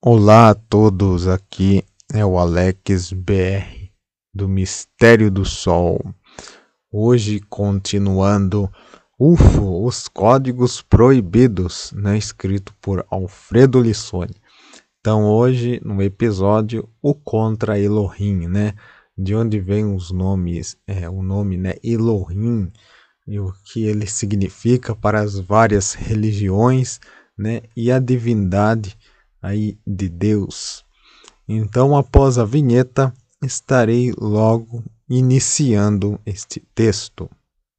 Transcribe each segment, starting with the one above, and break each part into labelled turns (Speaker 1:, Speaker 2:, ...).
Speaker 1: Olá a todos, aqui é o Alex BR do Mistério do Sol. Hoje continuando UFO, os Códigos Proibidos, escrito por Alfredo Lissoni. Então hoje no episódio o Contra Elohim, de onde vem os nomes, o nome Elohim e o que ele significa para as várias religiões, e a divindade aí de Deus. Então, após a vinheta, estarei logo iniciando este texto.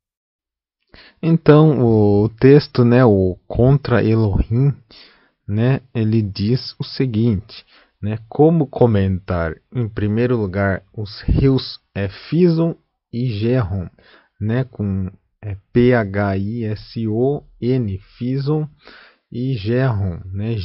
Speaker 1: Então, o texto, o Contra Elohim, ele diz o seguinte, como comentar, em primeiro lugar, os rios Fison e Gerron, com P-H-I-S-O-N, Fison, e Gerron,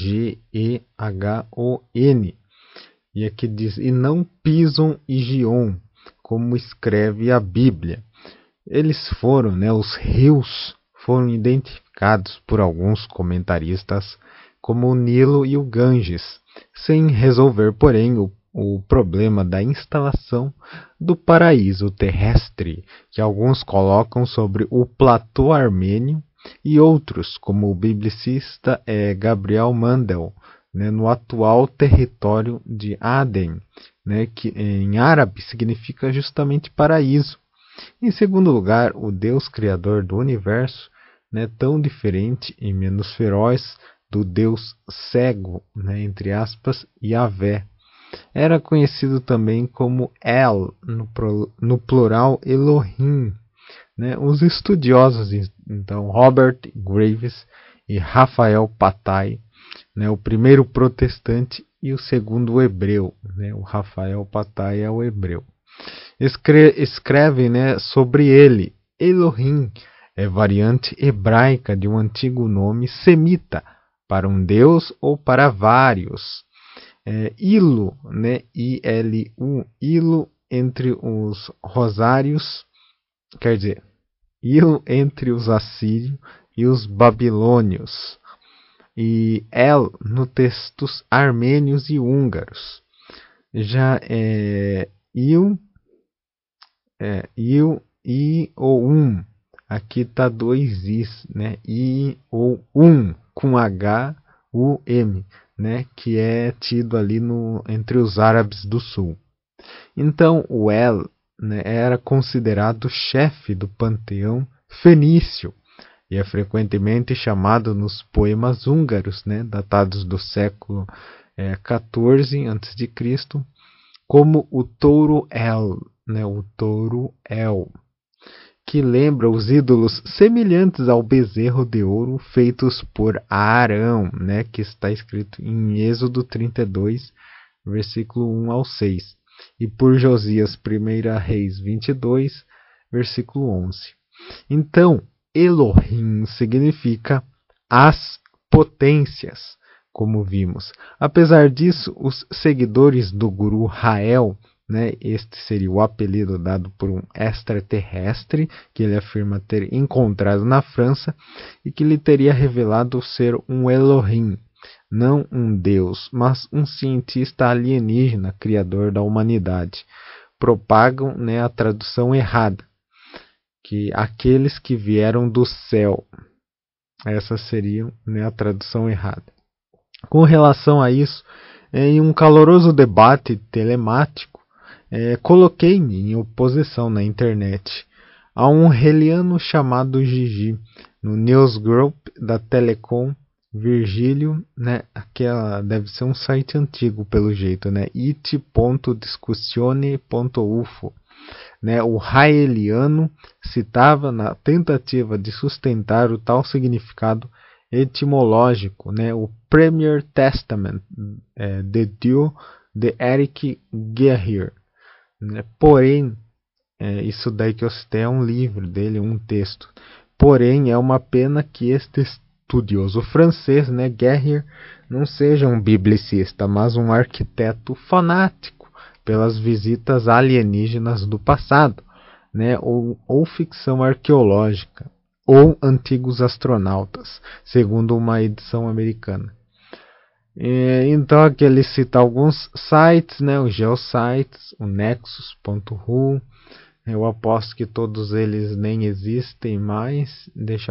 Speaker 1: G-E-H-O-N. E aqui diz, e não Pison e Gion, como escreve a Bíblia. Eles foram, os rios foram identificados por alguns comentaristas como o Nilo e o Ganges, sem resolver, porém, o problema da instalação do paraíso terrestre, que alguns colocam sobre o platô armênio, e outros, como o biblicista Gabriel Mandel, no atual território de Aden, que em árabe significa justamente paraíso. Em segundo lugar, o Deus criador do universo, tão diferente e menos feroz do Deus cego, entre aspas, Yahvé. Era conhecido também como El, no plural Elohim. Os estudiosos, então, Robert Graves e Rafael Patai, o primeiro protestante e o segundo o hebreu, o Rafael Patai é o hebreu, escrevem sobre ele. Elohim é variante hebraica de um antigo nome semita para um deus ou para vários. Ilu, I-L-U, Ilu entre os rosários, quer dizer, Ilu entre os assírios e os babilônios, e El no textos armênios e húngaros. Já Il, I ou aqui está dois Is, I ou com H, U, M, que é tido ali entre os árabes do sul. Então o El era considerado chefe do panteão fenício e é frequentemente chamado nos poemas húngaros, datados do século XIV a.C., como o touro El, o touro El, que lembra os ídolos semelhantes ao bezerro de ouro feitos por Arão, que está escrito em Êxodo 32, versículo 1 ao 6. E por Josias 1 Reis 22, versículo 11. Então, Elohim significa as potências, como vimos. Apesar disso, os seguidores do guru Rael, este seria o apelido dado por um extraterrestre que ele afirma ter encontrado na França e que lhe teria revelado ser um Elohim, não um deus, mas um cientista alienígena, criador da humanidade. Propagam a tradução errada, que aqueles que vieram do céu. Essa seria a tradução errada. Com relação a isso, em um caloroso debate telemático, coloquei-me em oposição na internet a um reliano chamado Gigi, no newsgroup da Telecom, Virgílio, aquela deve ser um site antigo pelo jeito, it.discussione.ufo. O raeliano citava na tentativa de sustentar o tal significado etimológico, o Premier Testament de Dieu de Eric Guerrier. Porém, isso daí que eu citei é um livro dele, um texto. Porém, é uma pena que este estudioso francês, Guerrier, não seja um biblicista, mas um arquiteto fanático pelas visitas alienígenas do passado, ou ficção arqueológica, ou antigos astronautas, segundo uma edição americana. Então aqui ele cita alguns sites, né, os geosites, o Nexus.ru. Eu aposto que todos eles nem existem mais.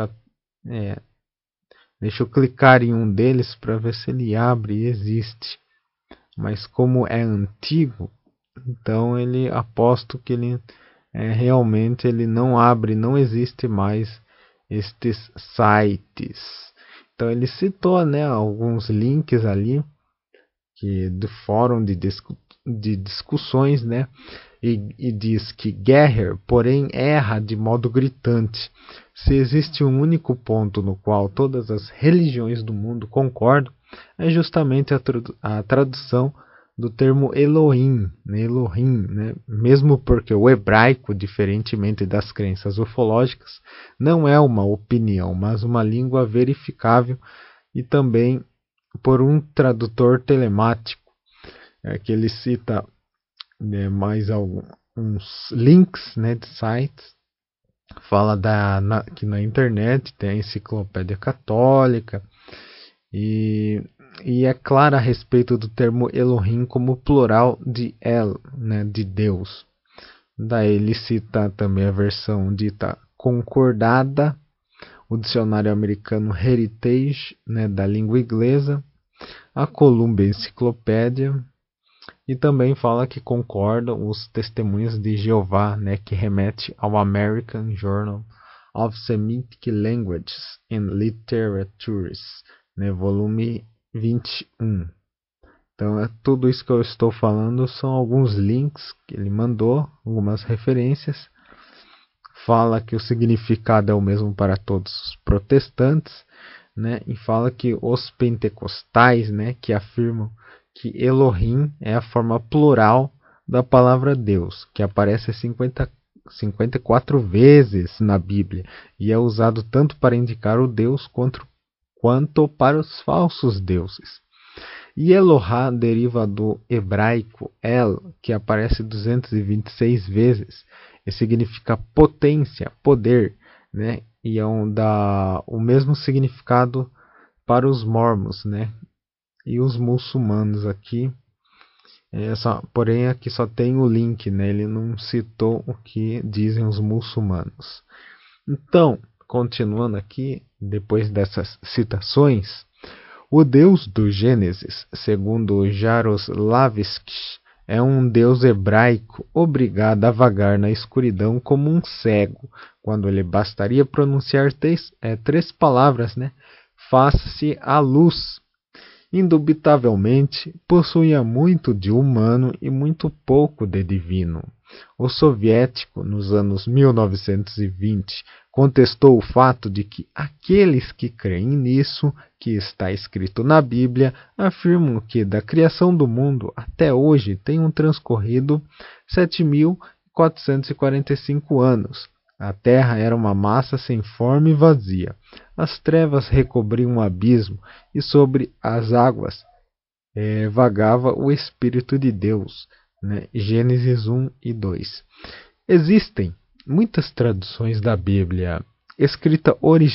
Speaker 1: Deixa eu clicar em um deles para ver se ele abre e existe. Mas como é antigo, então ele aposto que ele realmente ele não abre, não existe mais estes sites. Então ele citou, né, alguns links ali que do fórum de discussões, né, e diz que Geher, porém, erra de modo gritante. Se existe um único ponto no qual todas as religiões do mundo concordam, é justamente a tradução do termo Elohim, né? Mesmo porque o hebraico, diferentemente das crenças ufológicas, não é uma opinião, mas uma língua verificável e também por um tradutor telemático, que ele cita, né, mais alguns links, né, de sites. Fala que na internet tem a enciclopédia católica e é clara a respeito do termo Elohim como plural de El, né, de Deus. Daí ele cita também a versão dita concordada, o dicionário americano Heritage, né, da língua inglesa, a Columbia Enciclopédia, e também fala que concordam os testemunhos de Jeová, né, que remete ao American Journal of Semitic Languages and Literatures, né, volume 21. Então, tudo isso que eu estou falando são alguns links que ele mandou, algumas referências. Fala que o significado é o mesmo para todos os protestantes, né, e fala que os pentecostais, né, que afirmam que Elohim é a forma plural da palavra Deus, que aparece 54 vezes na Bíblia e é usado tanto para indicar o Deus quanto para os falsos deuses. E Elohá deriva do hebraico El, que aparece 226 vezes e significa potência, poder, né? E dá o mesmo significado para os mormons, né? E os muçulmanos aqui. Porém, aqui só tem o link, né? Ele não citou o que dizem os muçulmanos. Então, continuando aqui, depois dessas citações, o Deus do Gênesis, segundo Jaroslavski, é um Deus hebraico obrigado a vagar na escuridão como um cego, quando lhe bastaria pronunciar três palavras, né? Faça-se a luz. Indubitavelmente, possuía muito de humano e muito pouco de divino. O soviético, nos anos 1920, contestou o fato de que aqueles que creem nisso, que está escrito na Bíblia, afirmam que da criação do mundo até hoje tenham transcorrido 7.445 anos. A terra era uma massa sem forma e vazia. As trevas recobriam o abismo e sobre as águas vagava o Espírito de Deus. Né? Gênesis 1 e 2. Existem muitas traduções da Bíblia escrita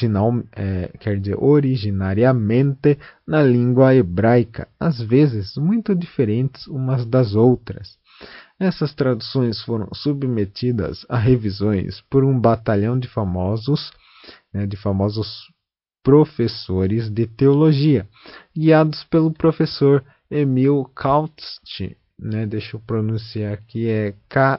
Speaker 1: originariamente na língua hebraica, às vezes muito diferentes umas das outras. Essas traduções foram submetidas a revisões por um batalhão de famosos professores de teologia, guiados pelo professor Emil Kautz, né? Deixa eu pronunciar aqui, é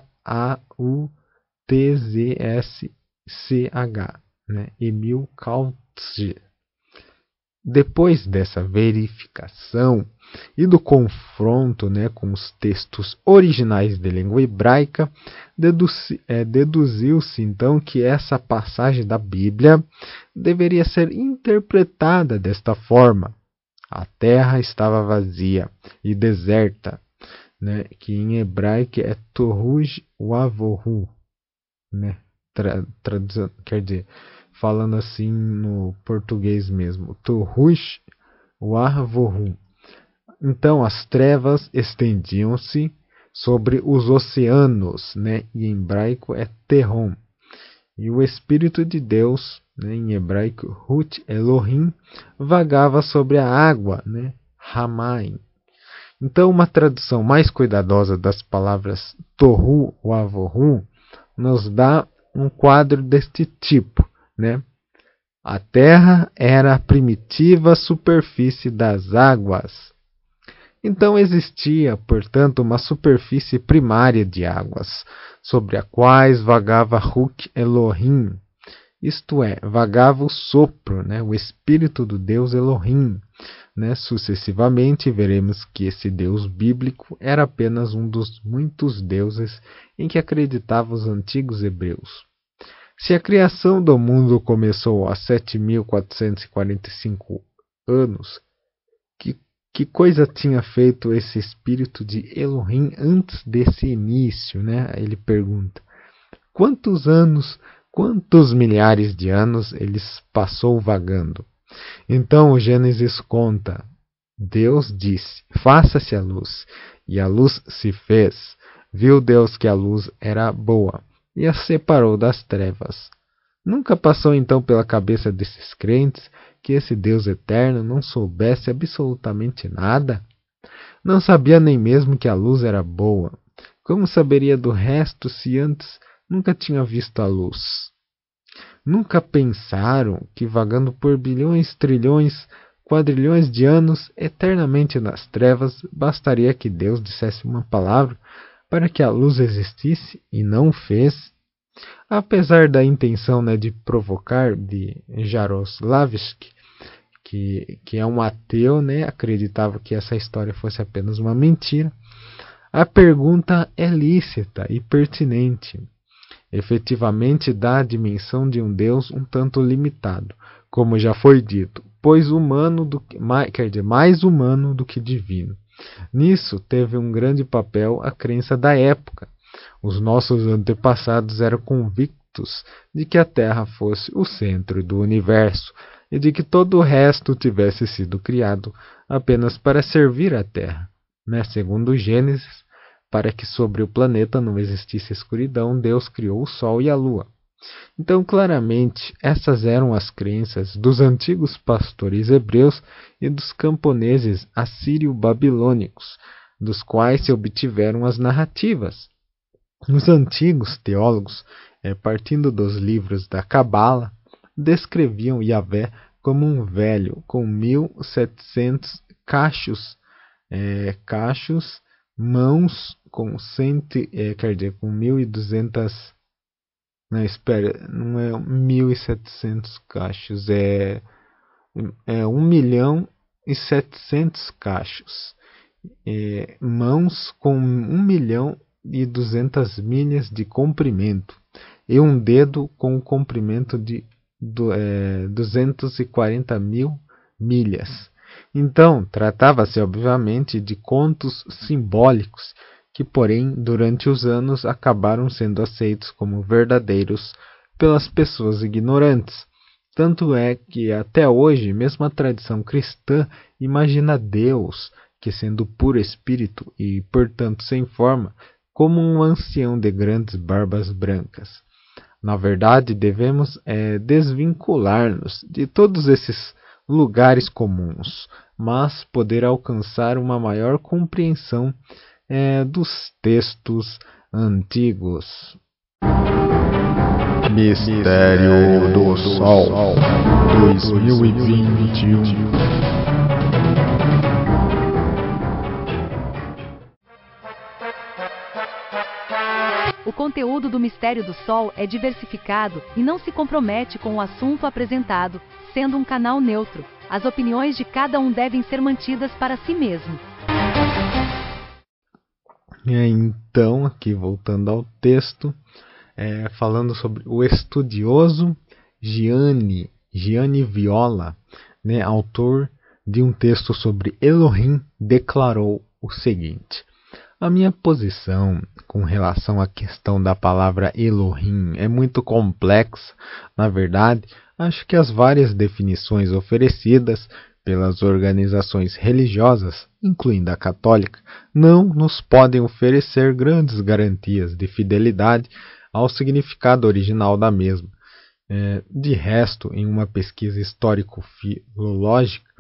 Speaker 1: Kautzsch, né? Emil Kautz. Depois dessa verificação e do confronto, né, com os textos originais de língua hebraica, deduziu-se então que essa passagem da Bíblia deveria ser interpretada desta forma: a terra estava vazia e deserta, né, que em hebraico é Tohuj Wavohu, né, quer dizer, falando assim no português mesmo, Tohuj Wavohu. Então as trevas estendiam-se sobre os oceanos, né, e em hebraico é Terrom. E o Espírito de Deus, né, em hebraico Hut Elohim, vagava sobre a água, né, Hamaim. Então, uma tradução mais cuidadosa das palavras Tohu ou Avohu nos dá um quadro deste tipo, né? A terra era a primitiva superfície das águas. Então existia, portanto, uma superfície primária de águas, sobre a quais vagava Huk Elohim, isto é, vagava o sopro, né, o espírito do Deus Elohim. Né? Sucessivamente, veremos que esse Deus bíblico era apenas um dos muitos deuses em que acreditavam os antigos hebreus. Se a criação do mundo começou há 7.445 anos, que coisa tinha feito esse espírito de Elohim antes desse início, né? Ele pergunta. Quantos anos, quantos milhares de anos ele passou vagando? Então o Gênesis conta. Deus disse, faça-se a luz, e a luz se fez. Viu Deus que a luz era boa, e a separou das trevas. Nunca passou então pela cabeça desses crentes que esse Deus eterno não soubesse absolutamente nada? Não sabia nem mesmo que a luz era boa. Como saberia do resto se antes nunca tinha visto a luz? Nunca pensaram que vagando por bilhões, trilhões, quadrilhões de anos eternamente nas trevas, bastaria que Deus dissesse uma palavra para que a luz existisse e não o fez? Apesar da intenção, né, de provocar de Jaroslavsky, que é um ateu, né, acreditava que essa história fosse apenas uma mentira, a pergunta é lícita e pertinente. Efetivamente dá a dimensão de um Deus um tanto limitado, como já foi dito, pois mais humano do que divino. Nisso teve um grande papel a crença da época. Os nossos antepassados eram convictos de que a Terra fosse o centro do universo e de que todo o resto tivesse sido criado apenas para servir a Terra. Né? Segundo Gênesis, para que sobre o planeta não existisse escuridão, Deus criou o Sol e a Lua. Então, claramente, essas eram as crenças dos antigos pastores hebreus e dos camponeses assírio-babilônicos, dos quais se obtiveram as narrativas. Os antigos teólogos, partindo dos livros da Cabala, descreviam Yahvé como um velho com 1.700 cachos, mãos com 1.200. Não, espera, não é 1.700 cachos, é 1.700.000 cachos. Mãos com 1.200.000 milhas de comprimento e um dedo com o comprimento de 240.000 milhas. Então, tratava-se obviamente de contos simbólicos que, porém, durante os anos acabaram sendo aceitos como verdadeiros pelas pessoas ignorantes. Tanto é que, até hoje, mesmo a tradição cristã imagina Deus, que sendo puro espírito e, portanto, sem forma, como um ancião de grandes barbas brancas. Na verdade, devemos desvincular-nos de todos esses lugares comuns, mas poder alcançar uma maior compreensão dos textos antigos.
Speaker 2: Mistério do Sol 2021.
Speaker 3: O conteúdo do Mistério do Sol é diversificado e não se compromete com o assunto apresentado, sendo um canal neutro. As opiniões de cada um devem ser mantidas para si mesmo.
Speaker 1: Então, aqui voltando ao texto, falando sobre o estudioso Gianni Viola, né, autor de um texto sobre Elohim, declarou o seguinte: a minha posição com relação à questão da palavra Elohim é muito complexa. Na verdade, acho que as várias definições oferecidas pelas organizações religiosas, incluindo a católica, não nos podem oferecer grandes garantias de fidelidade ao significado original da mesma. De resto, em uma pesquisa histórico-filológica,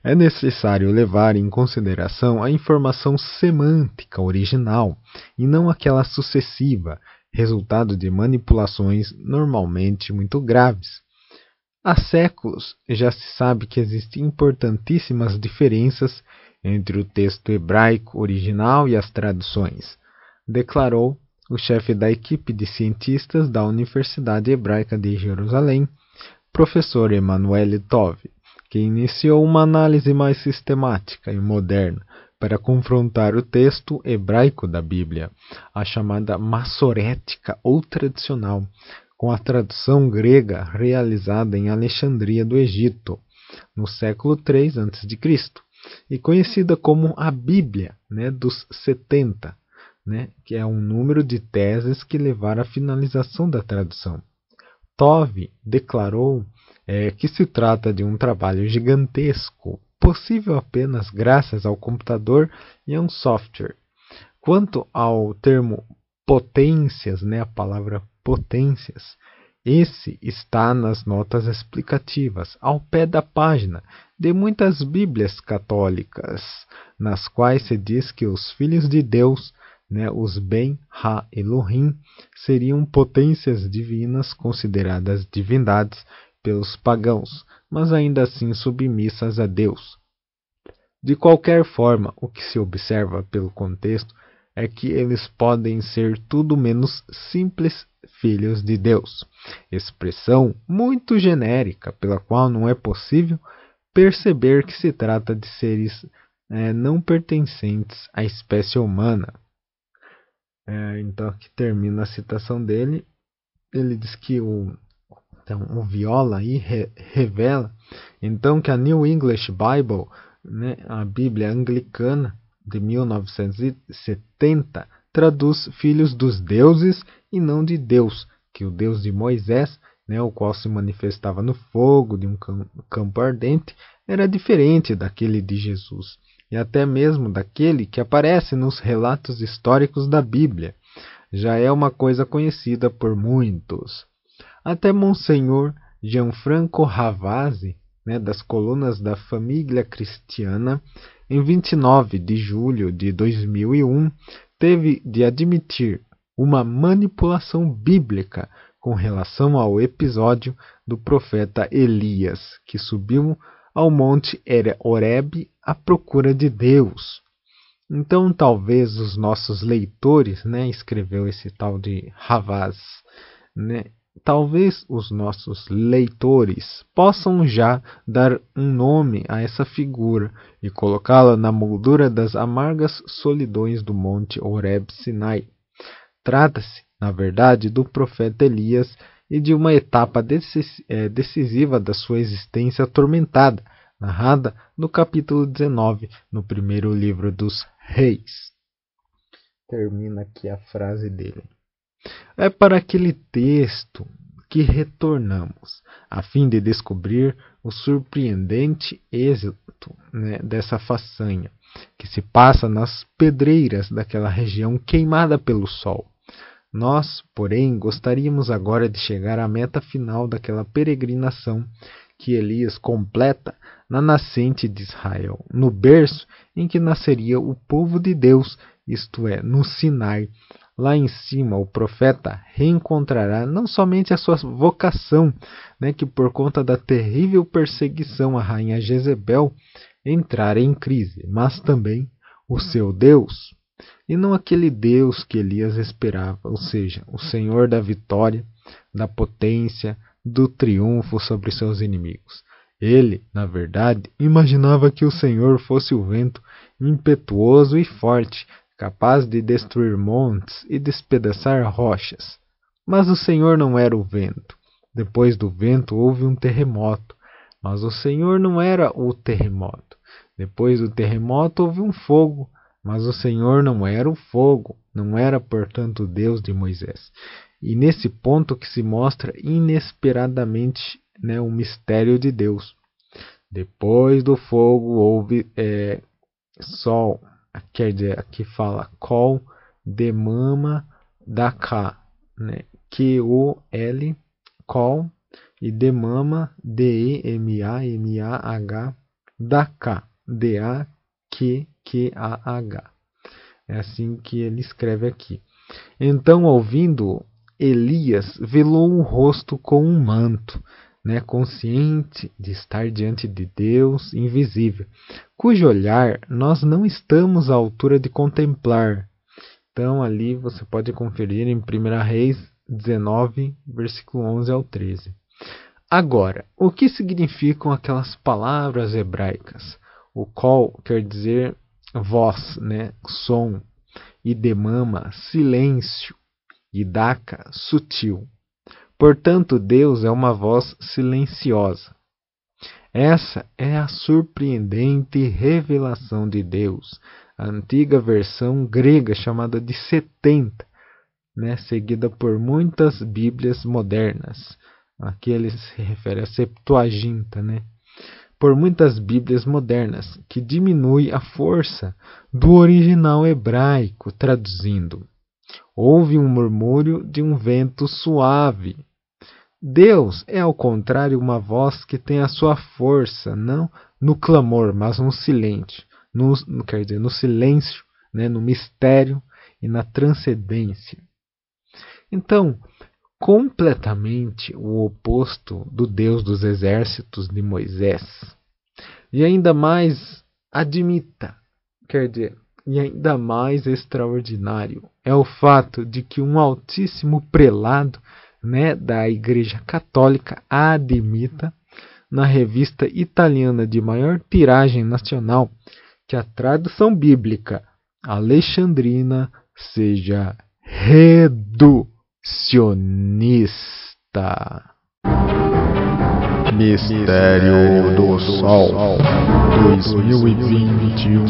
Speaker 1: É necessário levar em consideração a informação semântica original e não aquela sucessiva, resultado de manipulações normalmente muito graves. Há séculos já se sabe que existem importantíssimas diferenças entre o texto hebraico original e as traduções, declarou o chefe da equipe de cientistas da Universidade Hebraica de Jerusalém, professor Emanuele Tove, que iniciou uma análise mais sistemática e moderna para confrontar o texto hebraico da Bíblia, a chamada massorética ou tradicional, com a tradução grega realizada em Alexandria do Egito, no século III a.C., e conhecida como a Bíblia, dos 70, que é um número de teses que levaram à finalização da tradução. Tove declarou que se trata de um trabalho gigantesco, possível apenas graças ao computador e a um software. Quanto ao termo potências, a palavra potências, esse está nas notas explicativas, ao pé da página, de muitas Bíblias católicas, nas quais se diz que os filhos de Deus, os Ben Ha-Elohim, seriam potências divinas consideradas divindades pelos pagãos, mas ainda assim submissas a Deus. De qualquer forma, o que se observa pelo contexto é que eles podem ser tudo menos simples filhos de Deus, expressão muito genérica pela qual não é possível perceber que se trata de seres não pertencentes à espécie humana. Então aqui termina a citação dele. Ele diz que o Viola aí revela então que a New English Bible, a Bíblia anglicana de 1970, traduz filhos dos deuses e não de Deus, que o Deus de Moisés, o qual se manifestava no fogo de um campo ardente, era diferente daquele de Jesus, e até mesmo daquele que aparece nos relatos históricos da Bíblia. Já é uma coisa conhecida por muitos. Até Monsenhor Gianfranco Ravasi, das colunas da Família Cristiana, em 29 de julho de 2001, teve de admitir uma manipulação bíblica com relação ao episódio do profeta Elias, que subiu ao monte Horebe à procura de Deus. Então, talvez os nossos leitores, escreveu esse tal de Ravaz, talvez os nossos leitores possam já dar um nome a essa figura e colocá-la na moldura das amargas solidões do monte Horeb Sinai. Trata-se, na verdade, do profeta Elias e de uma etapa decisiva da sua existência atormentada, narrada no capítulo 19, no primeiro livro dos Reis. Termina aqui a frase dele. É para aquele texto que retornamos, a fim de descobrir o surpreendente êxito dessa façanha, que se passa nas pedreiras daquela região queimada pelo sol. Nós, porém, gostaríamos agora de chegar à meta final daquela peregrinação que Elias completa na nascente de Israel, no berço em que nasceria o povo de Deus, isto é, no Sinai. Lá em cima, o profeta reencontrará não somente a sua vocação, que por conta da terrível perseguição à rainha Jezebel entrara em crise, mas também o seu Deus, e não aquele Deus que Elias esperava, ou seja, o Senhor da vitória, da potência, do triunfo sobre seus inimigos. Ele, na verdade, imaginava que o Senhor fosse o vento impetuoso e forte, capaz de destruir montes e despedaçar rochas. Mas o Senhor não era o vento. Depois do vento houve um terremoto, mas o Senhor não era o terremoto. Depois do terremoto houve um fogo, mas o Senhor não era o fogo, não era, portanto, o Deus de Moisés. E nesse ponto que se mostra inesperadamente o mistério de Deus. Depois do fogo houve sol, quer dizer, aqui fala Kol Demama Daka, Q-O-L, Kol, e Demama, D-E-M-A-M-A-H, Dakah, D-A-Q-Q-A-H. É assim que ele escreve aqui. Então, ouvindo, Elias velou o rosto com um manto, né, consciente de estar diante de Deus invisível, cujo olhar nós não estamos à altura de contemplar. Então, ali você pode conferir em 1 Reis 19, versículo 11 ao 13. Agora, o que significam aquelas palavras hebraicas? O kol quer dizer voz, né, som, e demama, silêncio, e daka, sutil. Portanto, Deus é uma voz silenciosa. Essa é a surpreendente revelação de Deus, a antiga versão grega chamada de 70, né, seguida por muitas Bíblias modernas. Aqui ele se refere à Septuaginta, né? Por muitas Bíblias modernas, que diminui a força do original hebraico, traduzindo: houve um murmúrio de um vento suave. Deus é, ao contrário, uma voz que tem a sua força, não no clamor, mas no silêncio, no silêncio, né? No mistério e na transcendência. Então, completamente o oposto do Deus dos exércitos de Moisés. E ainda mais e ainda mais extraordinário é o fato de que um altíssimo prelado, né, da Igreja Católica admita, na revista italiana de maior tiragem nacional, que a tradução bíblica alexandrina seja reducionista.
Speaker 2: Mistério do Sol 2021.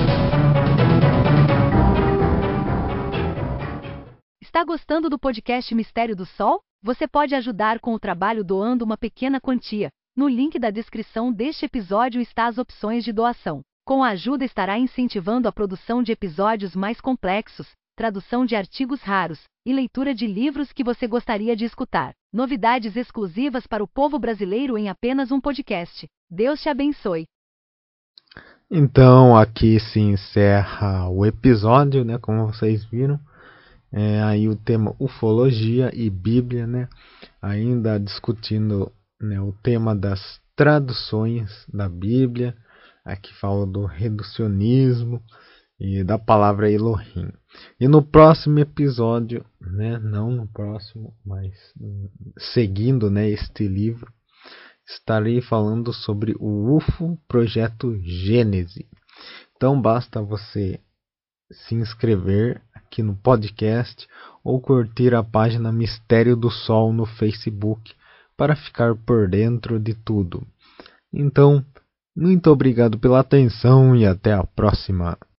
Speaker 3: Está gostando do podcast Mistério do Sol? Você pode ajudar com o trabalho doando uma pequena quantia. No link da descrição deste episódio está as opções de doação. Com a ajuda estará incentivando a produção de episódios mais complexos, tradução de artigos raros e leitura de livros que você gostaria de escutar. Novidades exclusivas para o povo brasileiro em apenas um podcast. Deus te abençoe.
Speaker 1: Então, aqui se encerra o episódio, né? Como vocês viram. Aí o tema ufologia e Bíblia, né? Ainda discutindo, né, o tema das traduções da Bíblia. Aqui fala do reducionismo e da palavra Elohim. E no próximo episódio, né, não no próximo, mas seguindo, né, este livro, estarei falando sobre o UFO Projeto Gênese. Então basta você se inscrever aqui no podcast ou curtir a página Mistério do Sol no Facebook para ficar por dentro de tudo. Então, muito obrigado pela atenção e até a próxima.